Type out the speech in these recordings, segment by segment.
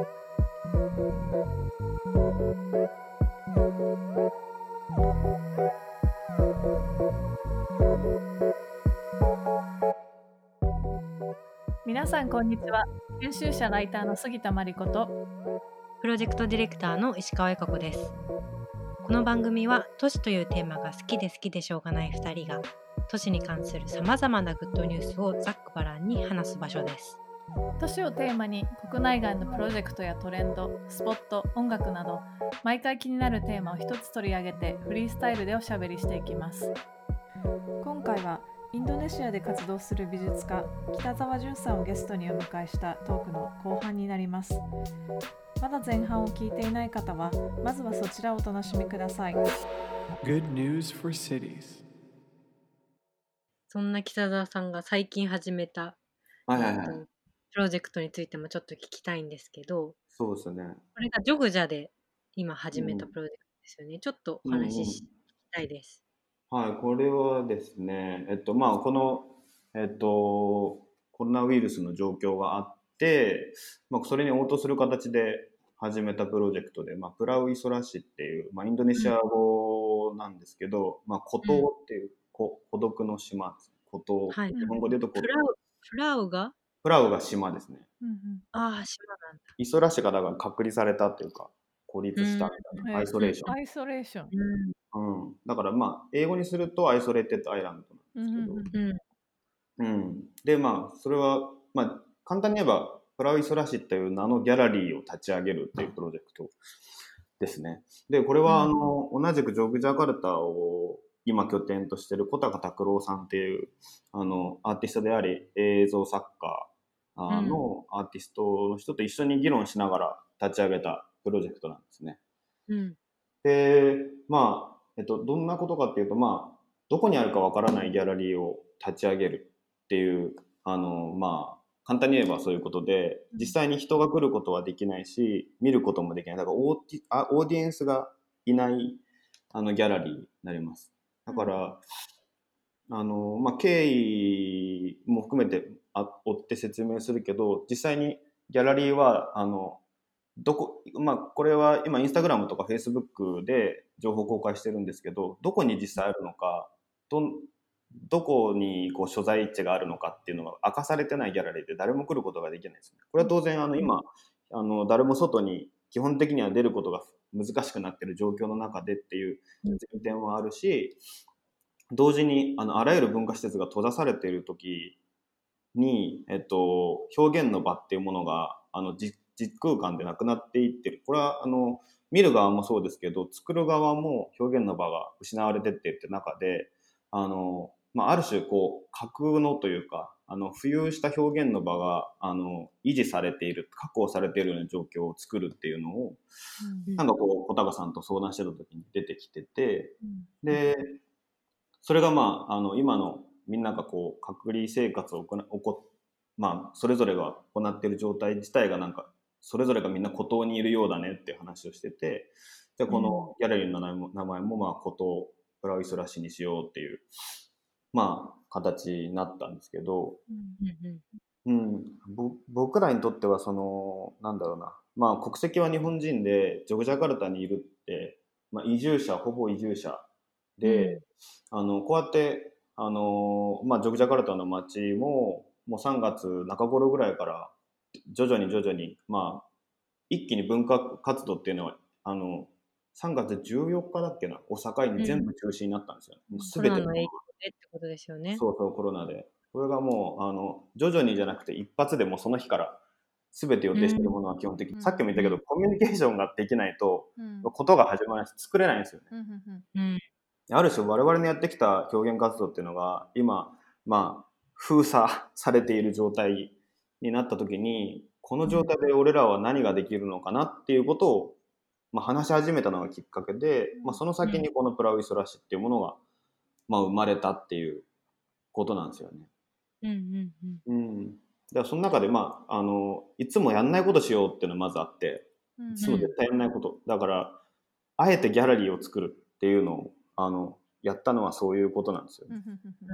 皆さんこんにちは。編集者ライターの杉田真理子とプロジェクトディレクターの石川恵子子です。この番組は都市というテーマが好きで好きでしょうがない2人が都市に関するさまざまなグッドニュースをざっくばらんに話す場所です。 都市をテーマに国内外のプロジェクトやトレンド、スポット、音楽など毎回気になるテーマを一つ取り上げてフリースタイルでおしゃべりしていきます。今回はインドネシアで活動する美術家北澤淳さんをゲストにお迎えしたトークの後半になります。まだ前半を聞いていない方はまずはそちらをお楽しみください。 Good news for cities. そんな北澤さんが最近始めた、 はいはいはい。 プロジェクトについてもちょっと聞きたいんですけど、 そうですね。 これがジョグジャで今始めたプロジェクトですよね。ちょっとお話ししたいです。 はい、これはですね、この、コロナウイルスの状況があって、それに応答する形で始めたプロジェクトで、プラウイソラ市っていう、インドネシア語なんですけど、孤島っていう、孤独の島ですね。孤島。 はい。 日本語で言うとプラウがプラウが島ですね。 ああ、島なんだ。 イソラ市がだから隔離されたっていうか、孤立したみたいな、アイソレーション。 アイソレーション。 だから英語にするとアイソレーテッドアイランドなんですけど、でそれは簡単に言えばプラウイソラ市っていう名のギャラリーを立ち上げるっていうプロジェクトですね。でこれは同じくジョグジャカルタを今拠点としている小高拓郎さんっていうアーティストであり映像作家のアーティストの人と一緒に議論しながら立ち上げたプロジェクトなんですね。でどんなことかっていうとどこにあるかわからないギャラリーを立ち上げるっていう簡単に言えばそういうことで、実際に人が来ることはできないし見ることもできない。だからオーディエンスがいないギャラリーになります。だから経緯も含めて追って説明するけど、実際にギャラリーはこれは今インスタグラムとかフェイスブックで情報公開してるんですけど、どこに実際あるのか、どこに所在地があるのかっていうのが明かされてないギャラリーで誰も来ることができないですね。これは当然今誰も外に基本的には出ることが難しくなっている状況の中でっていう前提はあるし、同時にあらゆる文化施設が閉ざされている時に、表現の場っていうものが実空間でなくなっていってる。これは見る側もそうですけど、作る側も表現の場が失われてっていって中である種架空のというか浮遊した表現の場が維持されている、確保されているような状況を作るっていうのを、小高さんと相談してた時に出てきてて、でそれが今のみんなが隔離生活をそれぞれが行っている状態自体がそれぞれがみんな孤島にいるようだねっていう話をしてて、じゃあこのギャラリーの名前も孤島プラウイソラ市にしようっていう形になったんですけど、僕らにとっては国籍は日本人でジョグジャカルタにいるって、ほぼ移住者で、こうやってジョグジャカルタの街ももう3月中頃ぐらいから徐々に一気に文化活動っていうのは3月14日だっけなを境に全部中止になったんですよ。もうコロナの影響でってことですよね。 そうコロナで。これがもう徐々にじゃなくて一発でもその日から全て予定しているものは基本的に、さっきも言ったけどコミュニケーションができないと、ことが始まらないし作れないんですよね。ある種我々のやってきた表現活動っていうのが今封鎖されている状態になった時に、この状態で俺らは何ができるのかなっていうことを話し始めたのがきっかけで、その先にこのプラウイソラ市っていうものが生まれたっていうことなんですよね。だからその中でいつもやんないことしようっていうのがまずあって、いつも絶対やんないこと、だからあえてギャラリーを作るっていうのをやったのはそういうことなんですよね。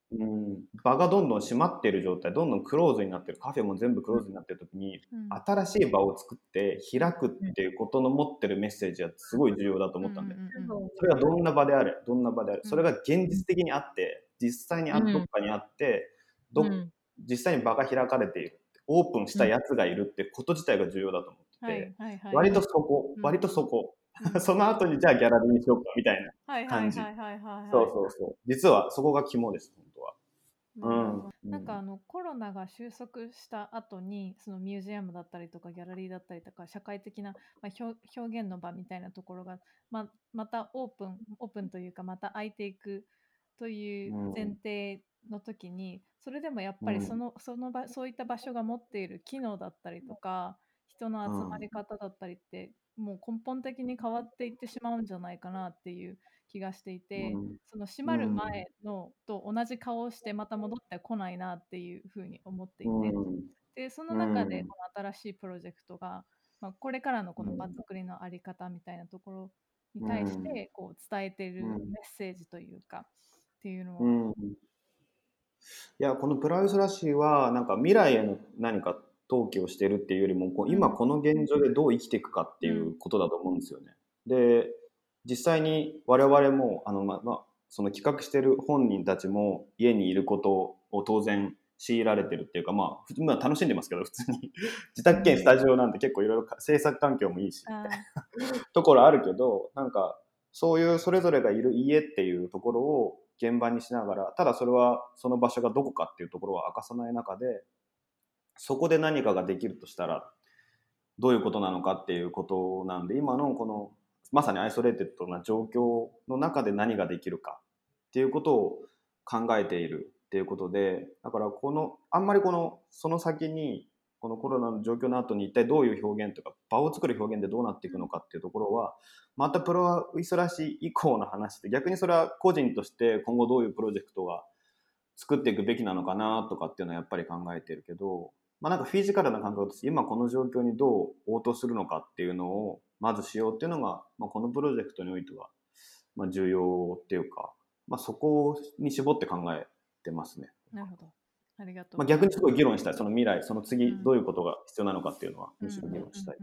場がどんどん閉まっている状態、どんどんクローズになってる、カフェも全部クローズになってる時に、新しい場を作って開くっていうことの持ってるメッセージはすごい重要だと思ったんで、それがどんな場であれ、それが現実的にあって、実際にどっかにあって、実際に場が開かれている、オープンしたやつがいるってこと自体が重要だと思ってて、割とそこ、その後にじゃあギャラリーにしようかみたいな感じ。そう。実はそこが肝です、本当は。 なんかコロナが収束した後にそのミュージアムだったりとかギャラリーだったりとか社会的な、表現の場みたいなところが、またオープンというかまた開いていくという前提の時に、それでもやっぱりそういった場所が持っている機能だったりとか人の集まり方だったりってもう根本的に変わっていってしまうんじゃないかなっていう気がしていて、その閉まる前のと同じ顔をしてまた戻ってこないなっていうふうに思っていて、でその中でこの新しいプロジェクトが、これからのこの場作りのあり方みたいなところに対してこう伝えているメッセージというかっていうのは、 いや、このプライスラッシーはなんか未来への何か投機をしてるっていうよりも、今この現状でどう生きていくかっていうことだと思うんですよね。で、実際に我々もその企画してる本人たちも家にいることを当然強いられてるっていうか、今楽しんでますけど、普通に自宅兼スタジオなんて結構いろいろ制作環境もいいしところあるけど、なんかそういうそれぞれがいる家っていうところを現場にしながら、ただそれはその場所がどこかっていうところは明かさない中で、そこで何かができるとしたらどういうことなのかっていうことなんで、今のこのまさにアイソレーテッドな状況の中で何ができるかっていうことを考えているっていうことで、だからあんまりその先にこのコロナの状況の後に一体どういう表現とか場を作る表現でどうなっていくのかっていうところは、またプロイスラシ以降の話で、逆にそれは個人として今後どういうプロジェクトが作っていくべきなのかなとかっていうのはやっぱり考えてるけど、なんかフィジカルな感覚として今この状況にどう応答するのかっていうのをまずしようっていうのが、このプロジェクトにおいては、重要っていうか、そこに絞って考えてますね。 なるほど、ありがとう。 逆にすごい議論したい、その未来、その次どういうことが必要なのかっていうのはむしろ議論したい。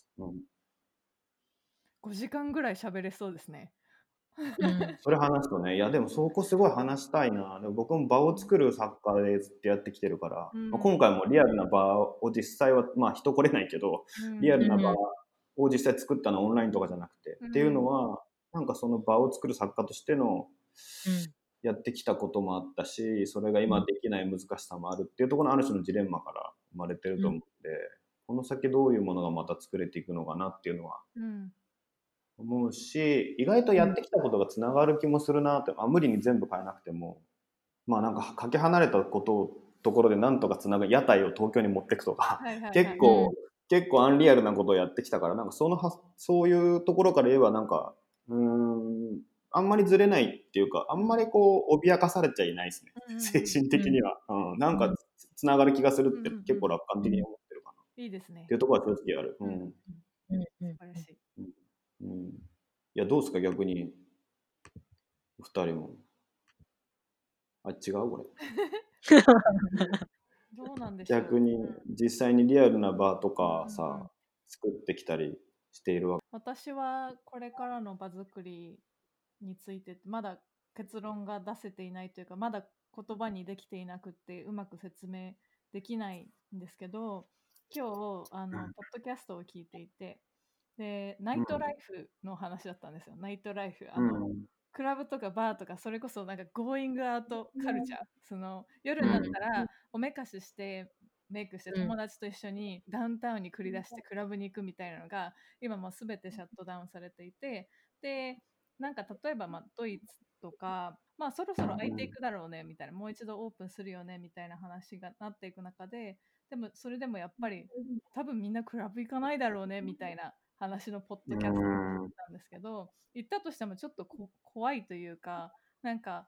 5時間ぐらい喋れそうですね。 それ話すとね、いやでもそこすごい話したいな。でも僕も場を作る作家でずっとやってきてるから、今回もリアルな場を実際は、人来れないけど、リアルな場を実際作ったのはオンラインとかじゃなくて、っていうのは、なんかその場を作る作家としてのやってきたこともあったし、それが今できない難しさもあるっていうところのある種のジレンマから生まれてると思うんで、この先どういうものがまた作れていくのかなっていうのは、思うし、意外とやってきたことがつながる気もするなって、無理に全部変えなくても、なんかかけ離れたところでなんとかつなぐ屋台を東京に持っていくとか、結構アンリアルなことをやってきたから、なんかそういうところから言えばなんかあんまりずれないっていうか、あんまり脅かされちゃいないですね、精神的には。なんかつながる気がするって結構楽観的に思ってるかな。 いいですね。 っていうところは正直ある。 素晴らしい。 いや、どうですか逆にお二人も。違うこれ。 どうなんでしょう。 逆に実際にリアルな場とかさ、作ってきたりしているわけ。 私はこれからの場作りについてまだ結論が出せていないというか、まだ言葉にできていなくってうまく説明できないんですけど、今日ポッドキャストを聞いていて、でナイトライフの話だったんですよ。ナイトライフ、クラブとかバーとか、それこそなんかゴーイングアウトカルチャー、その夜になったらおめかししてメイクして友達と一緒にダウンタウンに繰り出してクラブに行くみたいなのが今もう全てシャットダウンされていて、でなんか例えばドイツとかそろそろ開いていくだろうねみたいな、もう一度オープンするよねみたいな話がなっていく中で、でもそれでもやっぱり多分みんなクラブ行かないだろうねみたいな話のポッドキャストなんですけど、行ったとしてもちょっと怖いというか、なんか、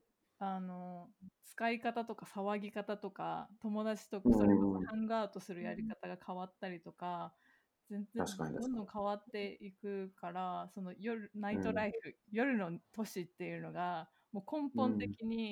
使い方とか騒ぎ方とか友達とそれこそハングアウトするやり方が変わったりとか、全然どんどん変わっていくから、そのナイトライフ、夜の都市っていうのがもう根本的に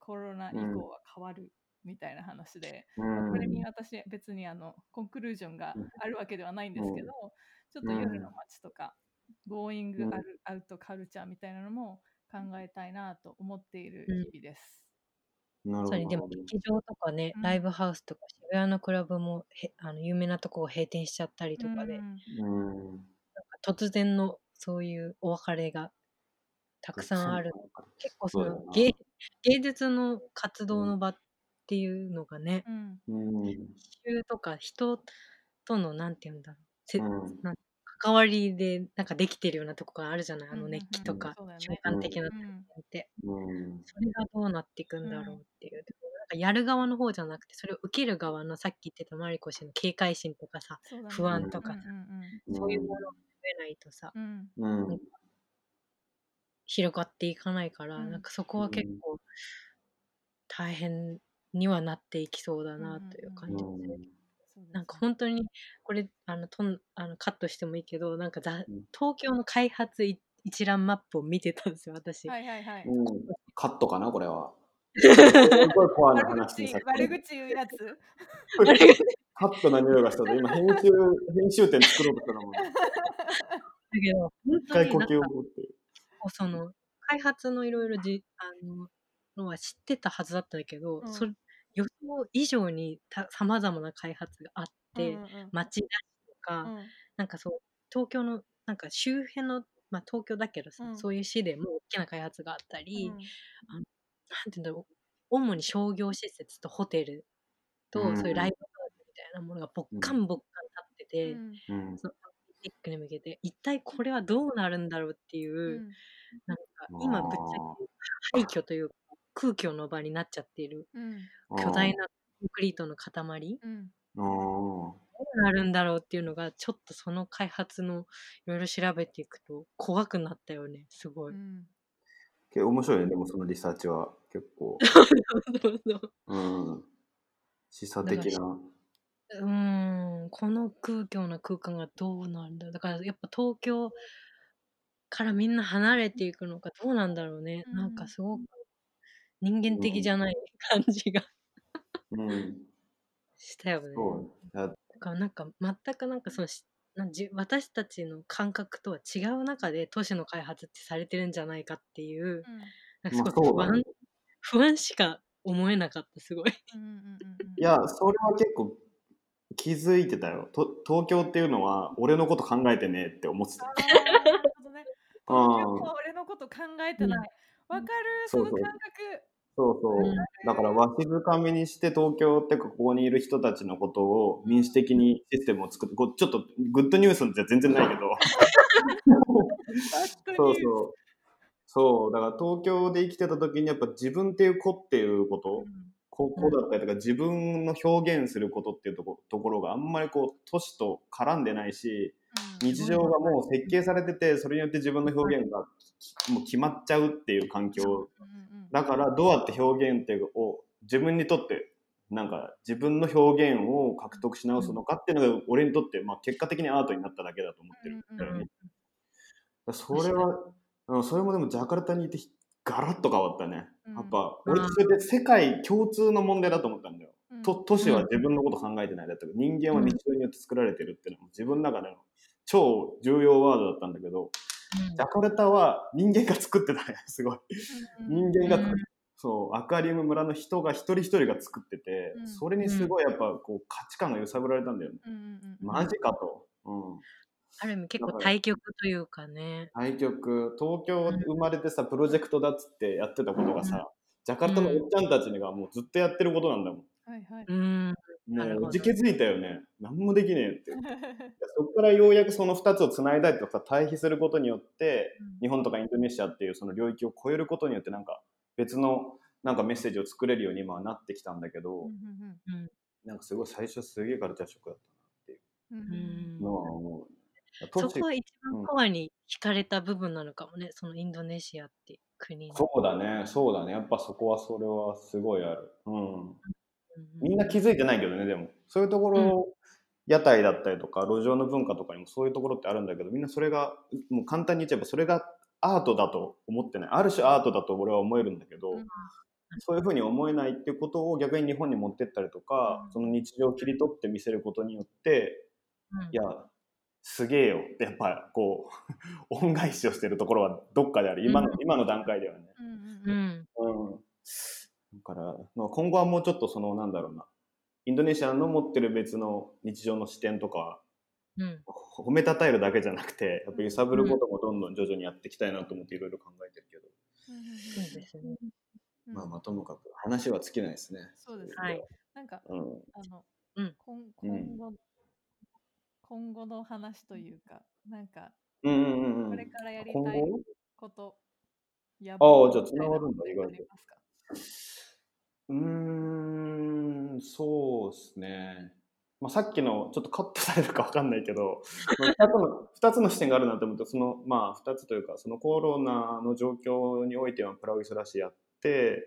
コロナ以降は変わるみたいな話で、 うんこれに私別にコンクルージョンがあるわけではないんですけど、ちょっと夜の街とか、ゴーイングアウトカルチャーみたいなのも考えたいなと思っている日々です。 なるほど。 それでも劇場とかね、 うんライブハウスとか渋谷のクラブも有名なとこが閉店しちゃったりとかで、 うんなんか突然のそういうお別れがたくさんある。結構その芸術の活動の場っていうのがね、集とか人とのなんていうんだろう、なん関わりでなんかできてるようなとこがあるじゃない、熱気とか瞬間的な体験って、それがどうなっていくんだろうっていう、なんかやる側の方じゃなくて、それを受ける側のさっき言ってたマリコ氏の警戒心とかさ、不安とかさ、そういうものを含めないとさ、なんか広がっていかないから、なんかそこは結構大変にはなっていきそうだなという感じですね。なんか本当にこれカットしてもいいけど、なんか東京の開発一覧マップを見てたんですよ、私。 カットかなこれは。すごい怖い話。 悪口言うやつ。 カットな匂いがしたので、今編集点作ろうとしたのも。だけど本当になんかその開発のいろいろのは知ってたはずだったんだけど、それ予想以上にさまざまな開発があって、町田市とか、なんかそう東京のなんか周辺の、東京だけどさ、そういう市でも大きな開発があったり、なんていうんだろう、主に商業施設とホテルと、そういうライブハウスみたいなものがぼっかん立ってて、そのオリンピックに向けて一体これはどうなるんだろうっていう、なんか今ぶっちゃけ廃墟というか空虚の場になっちゃっている巨大なコンクリートの塊、どうなるんだろうっていうのがちょっとその開発のいろいろ調べていくと怖くなったよね、すごい。 面白いね、でもそのリサーチは結構。示唆的な。 この空虚な空間がどうなるんだろう。だからやっぱ東京からみんな離れていくのかどうなんだろうね。なんかすごく人間的じゃない感じがしたよね。だからなんか全くなんかその私たちの感覚とは違う中で都市の開発ってされてるんじゃないかっていう、なんかすごい不安しか思えなかった、すごい。 いや、それは結構気づいてたよ。東京っていうのは俺のこと考えてねって思ってた。 なるほどね。東京は俺のこと考えてない。わかる、その感覚。 だからわしづかみにして東京ってここにいる人たちのことを民主的にシステムを作って、ちょっとグッドニュースじゃ全然ないけどそうだから東京で生きてた時にやっぱ自分っていう子っていうこと、子だったりとか自分の表現することっていうところがあんまりこう都市と絡んでないし、日常がもう設計されてて、それによって自分の表現がもう決まっちゃうっていう環境だから、どうやって表現を自分にとってなんか自分の表現を獲得し直すのかっていうのが俺にとって、結果的にアートになっただけだと思ってるからね。それもでもジャカルタにいてガラッと変わったね。やっぱ俺それで世界共通の問題だと思ったんだよ。都市は自分のこと考えてないだったけど、人間は日常によって作られてるっていうのも自分の中での超重要ワードだったんだけど、ジャカルタは人間が作ってたね、すごい。人間が作って、アクアリウム村の人が一人一人が作ってて、それにすごいやっぱこう価値観が揺さぶられたんだよね。マジかと。 ある意味結構対極というかね。 対極。東京生まれてさ、プロジェクトだっつってやってたことがさ、ジャカルタのおっちゃんたちがもうずっとやってることなんだもん。もうおじけづいたよね。何もできねえって。そこからようやくその2つをつないだりとか対比することによって、日本とかインドネシアっていうその領域を超えることによってなんか別のなんかメッセージを作れるように今はなってきたんだけど、なんかすごい最初すげえカルチャーショックだったなっていうのは思う。 そこは一番コアに惹かれた部分なのかもね、そのインドネシアっていう国の。 そうだね。やっぱそれはすごいある。みんな気づいてないけどね、でも。そういうところ、屋台だったりとか、路上の文化とかにもそういうところってあるんだけど、みんなそれが、もう簡単に言っちゃえばそれがアートだと思ってない。ある種アートだと俺は思えるんだけど、 そういうふうに思えないっていうことを逆に日本に持ってったりとか、その日常を切り取って見せることによって、いやすげえよってやっぱこう恩返しをしてるところはどっかである、今の段階ではね。だから今後はもうちょっとそのなんだろうな、インドネシアの持ってる別の日常の視点とか、褒めたたえるだけじゃなくて、やっぱり揺さぶることもどんどん徐々にやっていきたいなと思っていろいろ考えてるけど、 そうですね。 まあともかく話は尽きないですね。 そうですね。 はい。 なんか、 うん今後の話というか、なんか、 ここれからやりたいこと、 じゃあつながるんだ、意外と。 ありますか？ そうですね。さっきのちょっとカットされるかわかんないけど、2つの視点があるなと思って、その2つというか、そのコロナの状況においてはプラウイスラシやって、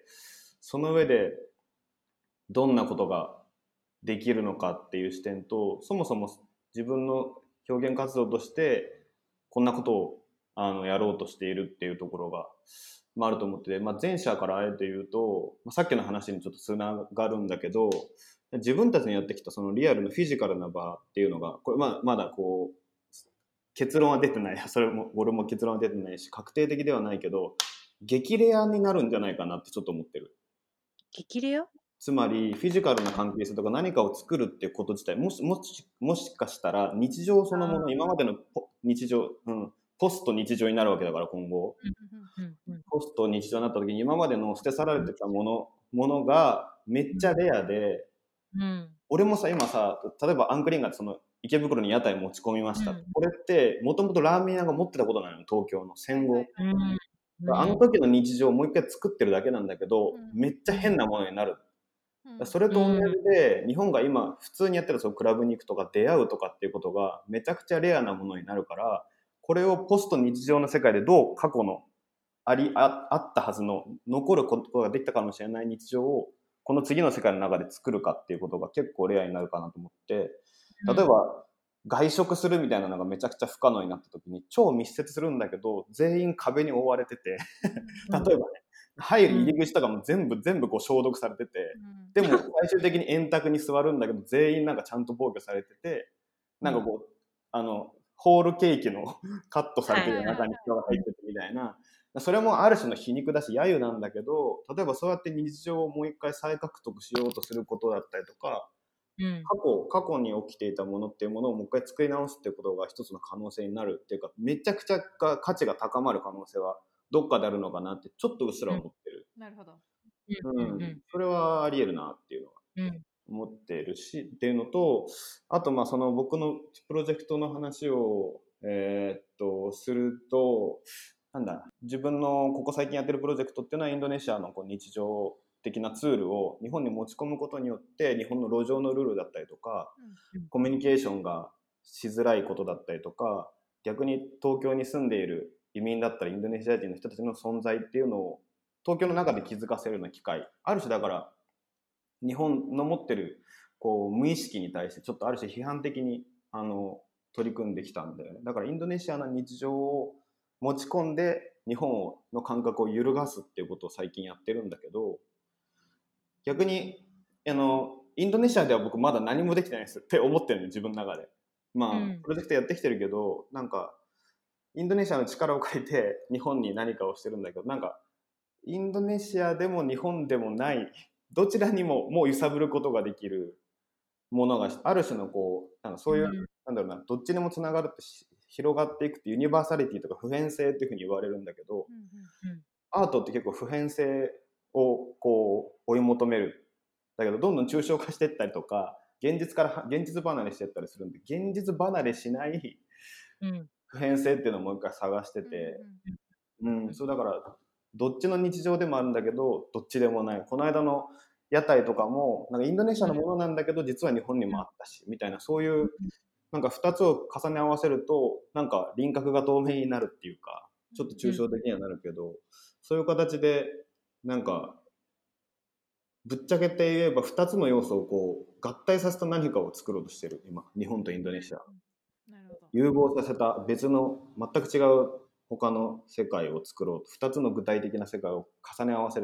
その上でどんなことができるのかっていう視点と、そもそも自分の表現活動としてこんなことをやろうとしているっていうところが、あると思ってて、前者からあえて言うと、さっきの話にちょっとつながるんだけど、自分たちにやってきたそのリアルのフィジカルな場っていうのが、これまだこう結論は出てない、それも俺も結論は出てないし確定的ではないけど、激レアになるんじゃないかなってちょっと思ってる。 激レア？ つまりフィジカルな関係性とか何かを作るっていうこと自体、もしかしたら日常そのもの、今までの日常、ポスト日常になるわけだから、今後ポスト日常になった時に今までの捨て去られてたものがめっちゃレアで、俺もさ今さ、例えばアンクリンがその池袋に屋台持ち込みました、これってもともとラーメン屋が持ってたことなのよ、東京の戦後。あの時の日常をもう一回作ってるだけなんだけど、めっちゃ変なものになる。それと同じで、日本が今普通にやってるそのクラブに行くとか出会うとかっていうことがめちゃくちゃレアなものになるから、これをポスト日常の世界でどう過去のあったはずの残ることができたかもしれない日常をこの次の世界の中で作るかっていうことが結構レアになるかなと思って、例えば外食するみたいなのがめちゃくちゃ不可能になった時に、超密接するんだけど全員壁に覆われてて例えばね、入る入り口とかも全部こう消毒されてて、でも最終的に円卓に座るんだけど全員なんかちゃんと防御されてて、なんかこうホールケーキのカットされてる中に人が入っててみたいな、それもある種の皮肉だし揶揄なんだけど、例えばそうやって日常をもう一回再獲得しようとすることだったりとか、過去に起きていたものっていうものをもう一回作り直すっていうことが一つの可能性になるっていうか、めちゃくちゃ価値が高まる可能性はどっかであるのかなってちょっとうっすら思ってる。 なるほど。 それはありえるなっていうのは思ってるし、っていうのと、あとその僕のプロジェクトの話をすると、なんだ、自分のここ最近やってるプロジェクトっていうのはインドネシアのこう日常的なツールを日本に持ち込むことによって、日本の路上のルールだったりとか、コミュニケーションがしづらいことだったりとか、逆に東京に住んでいる移民だったりインドネシア人の人たちの存在っていうのを東京の中で気づかせるような機会、ある種だから日本の持ってるこう無意識に対してちょっとある種批判的に取り組んできたんだよね。だからインドネシアの日常を持ち込んで日本の感覚を揺るがすっていうことを最近やってるんだけど、逆にインドネシアでは僕まだ何もできてないですって思ってるの、自分の中で。プロジェクトやってきてるけど、なんかインドネシアの力を借りて日本に何かをしてるんだけど、なんかインドネシアでも日本でもないどちらにももう揺さぶることができるものがある種のこうなんかそういう、なんだろうな、どっちにもつながるって広がっていくってユニバーサリティとか普遍性っていうふうに言われるんだけど、アートって結構普遍性をこう追い求める。だけどどんどん抽象化していったりとか、現実離れしていったりするんで、現実離れしない普遍性っていうのをもう一回探してて、そうだからどっちの日常でもあるんだけどどっちでもない。この間の屋台とかもなんかインドネシアのものなんだけど実は日本にもあったしみたいな、そういうなんか2つを重ね合わせるとなんか輪郭が透明になるっていうか、ちょっと抽象的にはなるけど、そういう形でなんかぶっちゃけて言えば2つの要素をこう合体させた何かを作ろうとしてる今、日本とインドネシア。融合させた別の全く違う他の世界を作ろうと、2つの具体的な世界を重ね合わせる、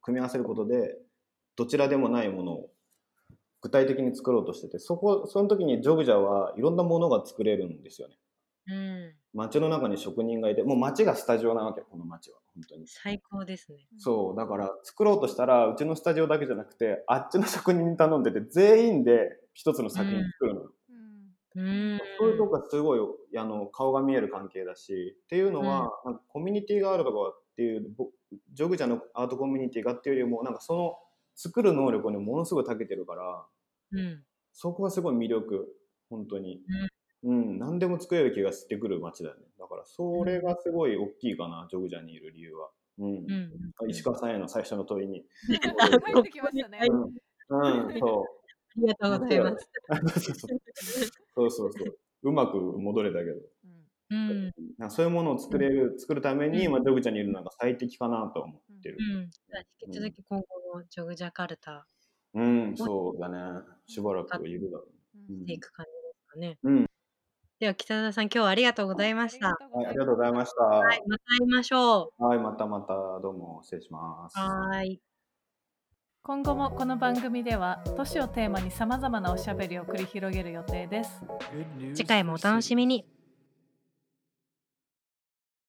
組み合わせることでどちらでもないものを具体的に作ろうとしてて、その時にジョグジャはいろんなものが作れるんですよね。街の中に職人がいて、もう街がスタジオなわけ、この街は本当に。 最高ですね。 そうだから作ろうとしたらうちのスタジオだけじゃなくてあっちの職人に頼んでて全員で一つの作品作るの、そういうとこがすごい顔が見える関係だしっていうのは、なんかコミュニティがあるとかっていうジョグジャのアートコミュニティがっていうよりもなんかその作る能力にものすごい長けてるから、そこがすごい魅力本当に、何でも作れる気がしてくる街だよね。だからそれがすごい大きいかな、ジョグジャにいる理由は。石川さんへの最初の問いに帰ってきましたね。 そうありがとうございます。 そううまく戻れたけど、なんかそういうものを作るために、ジョグジャにいるのが最適かなと思ってる。 引き続き今後もジョグジャカルタそうだね。しばらくいるだろう。 していく感じですかね。では北田さん、今日はありがとうございました。 ありがとうございました。 はい、また会いましょう。はい、またどうも失礼します。 はい。 今後もこの番組では都市をテーマにさまざまなおしゃべりを繰り広げる予定です。 次回もお楽しみに。